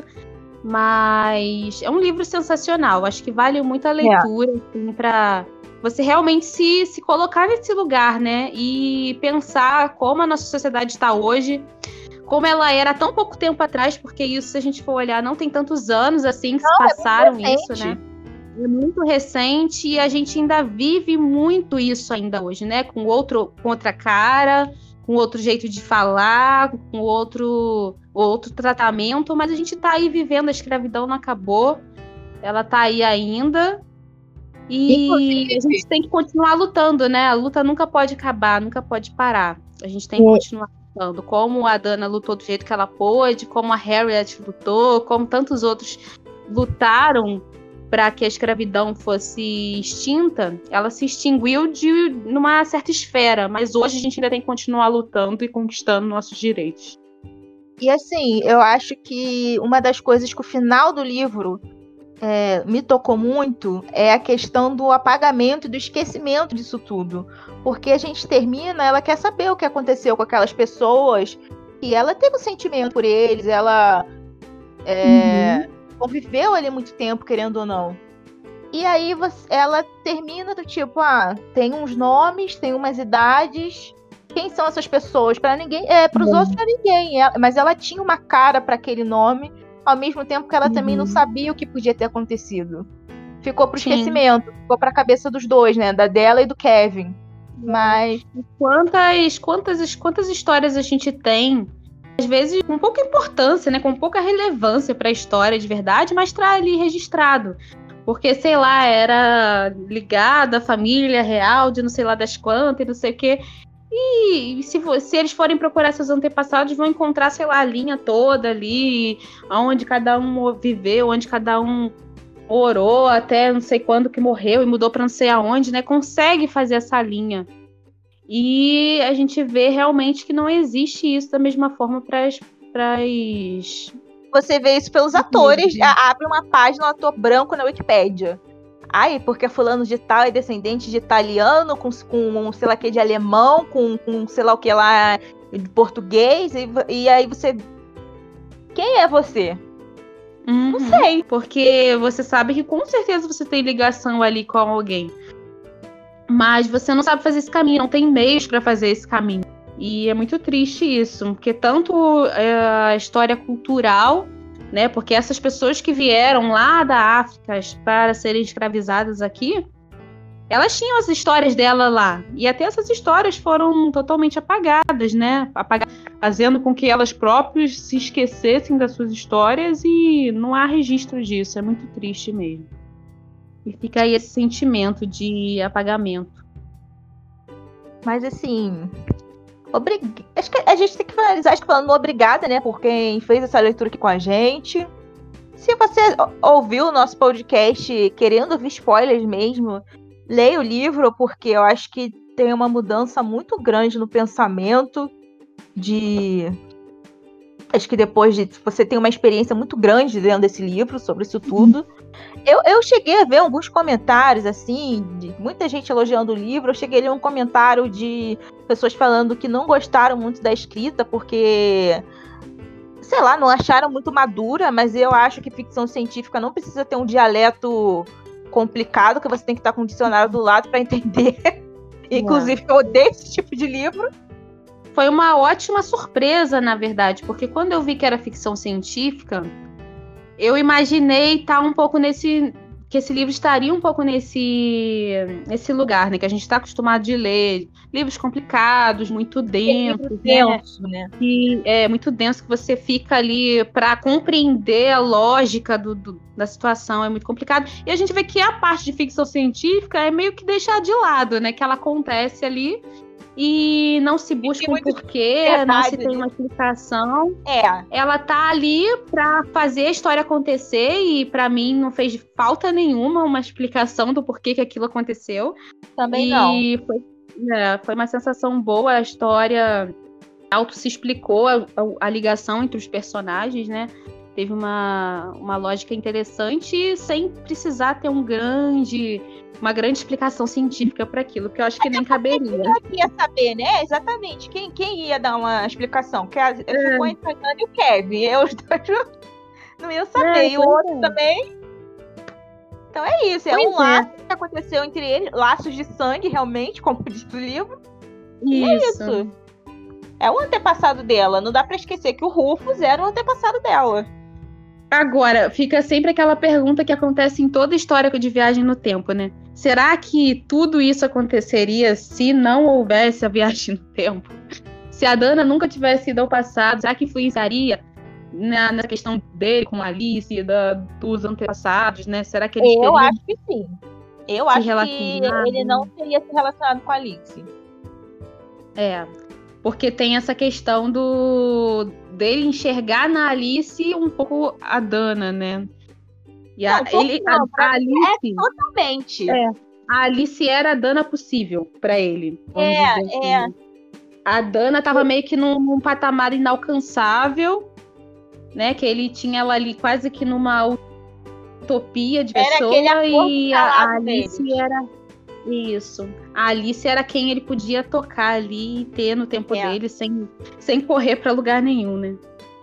Mas é um livro sensacional. Acho que vale muito a leitura, é. assim, para você realmente se, se colocar nesse lugar, né? E pensar como a nossa sociedade está hoje, como ela era há tão pouco tempo atrás, porque isso, se a gente for olhar, não tem tantos anos assim que não, se passaram é isso, né? É muito recente e a gente ainda vive muito isso ainda hoje, né? Com, outro, com outra cara, com outro jeito de falar, com outro, outro tratamento, mas a gente tá aí vivendo, a escravidão não acabou, ela tá aí ainda, e Inclusive. a gente tem que continuar lutando, né? A luta nunca pode acabar, nunca pode parar. A gente tem que é. continuar lutando, como a Dana lutou do jeito que ela pôde, como a Harriet lutou, como tantos outros lutaram para que a escravidão fosse extinta. Ela se extinguiu de numa certa esfera, mas hoje a gente ainda tem que continuar lutando e conquistando nossos direitos. E assim, eu acho que uma das coisas que o final do livro é, me tocou muito é a questão do apagamento e do esquecimento disso tudo. Porque a gente termina, ela quer saber o que aconteceu com aquelas pessoas, e ela teve um sentimento por eles, ela é, uhum. conviveu ali muito tempo, querendo ou não. E aí você, ela termina do tipo, ah, tem uns nomes, tem umas idades. Quem são essas pessoas? Para ninguém, é, para os uhum. outros, para ninguém. É, mas ela tinha uma cara para aquele nome, ao mesmo tempo que ela uhum. também não sabia o que podia ter acontecido. Ficou pro Sim. esquecimento, ficou para a cabeça dos dois, né? Da dela e do Kevin. Mas quantas, quantas, quantas histórias a gente tem, às vezes com pouca importância, né? Com pouca relevância para a história de verdade, mas tá ali registrado. Porque, sei lá, era ligada à família real de não sei lá das quantas e não sei o quê. E se, se eles forem procurar seus antepassados, vão encontrar, sei lá, a linha toda ali, onde cada um viveu, onde cada um orou até não sei quando que morreu e mudou para não sei aonde, né? Consegue fazer essa linha. E a gente vê realmente que não existe isso da mesma forma para as... Você vê isso pelos atores. Abre uma página, um ator branco na Wikipédia. Ai, porque fulano de tal é descendente de italiano, com, com sei lá o que de alemão, com, com sei lá o que lá de português, e, e aí você... Quem é você? Uhum, não sei. Porque você sabe que com certeza você tem ligação ali com alguém. Mas você não sabe fazer esse caminho, não tem meios para fazer esse caminho. E é muito triste isso, porque tanto é, a história cultural, né? Porque essas pessoas que vieram lá da África para serem escravizadas aqui, elas tinham as histórias dela lá. E até essas histórias foram totalmente apagadas, né? Apagadas, fazendo com que elas próprias se esquecessem das suas histórias, e não há registro disso. É muito triste mesmo. E fica aí esse sentimento de apagamento. Mas assim... Obrig... Acho que a gente tem que finalizar falando obrigada, né, por quem fez essa leitura aqui com a gente. Se você ouviu o nosso podcast querendo ouvir spoilers mesmo, leia o livro, porque eu acho que tem uma mudança muito grande no pensamento de... Acho que depois de... Você tem uma experiência muito grande dentro desse livro sobre isso tudo. Eu, eu cheguei a ver alguns comentários, assim, de muita gente elogiando o livro. Eu cheguei a ler um comentário de pessoas falando que não gostaram muito da escrita, porque, sei lá, não acharam muito madura, mas eu acho que ficção científica não precisa ter um dialeto complicado, que você tem que estar com um dicionário do lado para entender. Inclusive, eu odeio esse tipo de livro. Foi uma ótima surpresa, na verdade, porque quando eu vi que era ficção científica, eu imaginei estar um pouco nesse... que esse livro estaria um pouco nesse, nesse lugar, né? Que a gente está acostumado de ler livros complicados, muito densos, é denso, né? né? E é muito denso, que você fica ali para compreender a lógica do, do, da situação, é muito complicado. E a gente vê que a parte de ficção científica é meio que deixar de lado, né? Que ela acontece ali e não se busca um porquê, verdade, não se tem uma explicação. É. Ela tá ali pra fazer a história acontecer, e pra mim não fez falta nenhuma uma explicação do porquê que aquilo aconteceu. Também e não. Foi, É, foi uma sensação boa, a história auto se explicou, a, a, a ligação entre os personagens, né? Teve uma, uma lógica interessante sem precisar ter um grande, uma grande explicação científica para aquilo, que eu acho que nem caberia. Quem ia saber, né? Exatamente. Quem, quem ia dar uma explicação? Que é. Ficou entre a Dani e o Kevin. Eu os dois não iam saber. É, e o outro é. também. Então é isso. É pois um laço é. que aconteceu entre eles. Laços de sangue, realmente, como diz o livro. Isso. E é isso. É o antepassado dela. Não dá para esquecer que o Rufus era o antepassado dela. Agora, fica sempre aquela pergunta que acontece em toda história de viagem no tempo, né? Será que tudo isso aconteceria se não houvesse a viagem no tempo? Se a Dana nunca tivesse ido ao passado, será que influenciaria na, na questão dele com a Alice, da, dos antepassados, né? Será que eles Eu teriam acho que sim. Eu acho que ele não né? teria se relacionado com a Alice. É, porque tem essa questão do dele enxergar na Alice um pouco a Dana, né? E a, não, ele, não, a, a Alice é totalmente. É, a Alice era a Dana possível pra ele. É, assim. é. A Dana tava meio que num, num patamar inalcançável, né? Que ele tinha ela ali quase que numa utopia de era pessoa e a, a Alice deles. era isso. A Alice era quem ele podia tocar ali e ter no tempo é. dele sem, sem correr pra lugar nenhum, né?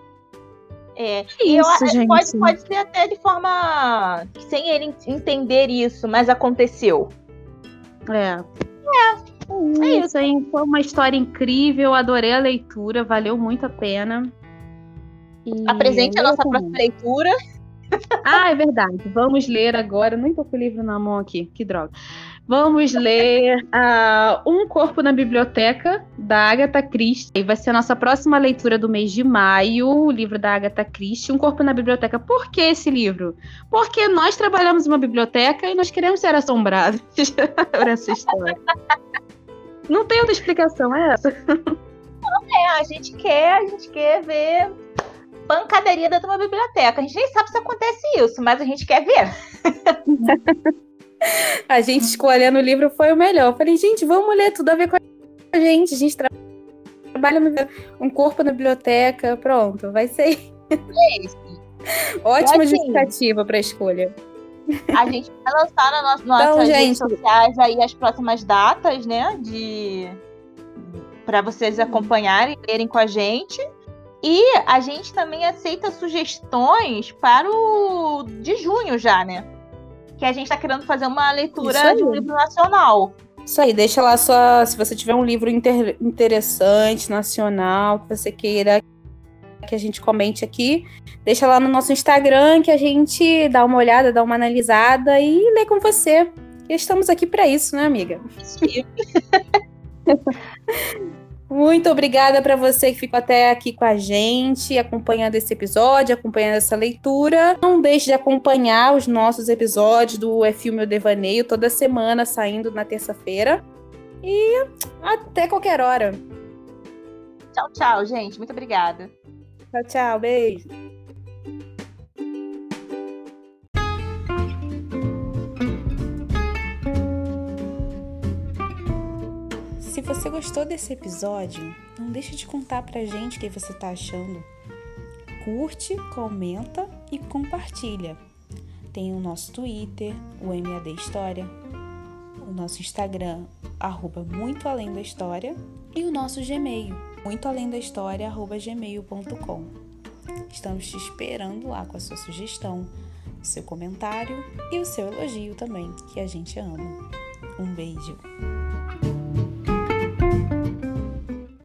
É, isso, eu, gente. Pode, pode ser até de forma sem ele entender isso, mas aconteceu. É. É, é isso aí. Foi uma história incrível, adorei a leitura, valeu muito a pena. E Apresente a nossa próxima leitura. Ah, é verdade. Vamos ler agora. Nem tô com o livro na mão aqui, que droga. Vamos ler uh, Um Corpo na Biblioteca, da Agatha Christie. Vai ser a nossa próxima leitura do mês de maio, o livro da Agatha Christie, Um Corpo na Biblioteca. Por que esse livro? Porque nós trabalhamos em uma biblioteca e nós queremos ser assombrados por essa história. Não tem outra explicação, é essa? Não é, a gente quer, a gente quer ver pancadaria dentro de uma biblioteca. A gente nem sabe se acontece isso, mas a gente quer ver. A gente escolhendo o livro foi o melhor. Eu falei, gente, vamos ler, tudo a ver com a gente. A gente tra- trabalha no... um corpo na biblioteca. Pronto, vai ser é isso. Ótima assim, justificativa para a escolha. A gente vai lançar nas nossas, então, nossas gente... redes sociais aí as próximas datas, né? De... para vocês acompanharem e lerem com a gente. E a gente também aceita sugestões para o de junho já, né? Que a gente está querendo fazer uma leitura de um livro nacional. Isso aí, deixa lá sua... Se você tiver um livro inter... interessante, nacional, que você queira que a gente comente aqui, deixa lá no nosso Instagram que a gente dá uma olhada, dá uma analisada e lê com você. E estamos aqui para isso, né, amiga? Sim. Muito obrigada para você que ficou até aqui com a gente, acompanhando esse episódio, acompanhando essa leitura. Não deixe de acompanhar os nossos episódios do É Filme ou Devaneio, toda semana, saindo na terça-feira. E até qualquer hora. Tchau, tchau, gente. Muito obrigada. Tchau, tchau. Beijo. Se você gostou desse episódio, não deixe de contar pra gente o que você tá achando. Curte, comenta e compartilha. Tem o nosso Twitter, o M A D História, o nosso Instagram, arroba Muito Além da História, e o nosso Gmail, muito além da história, arroba gmail ponto com. Estamos te esperando lá com a sua sugestão, o seu comentário e o seu elogio também, que a gente ama. Um beijo!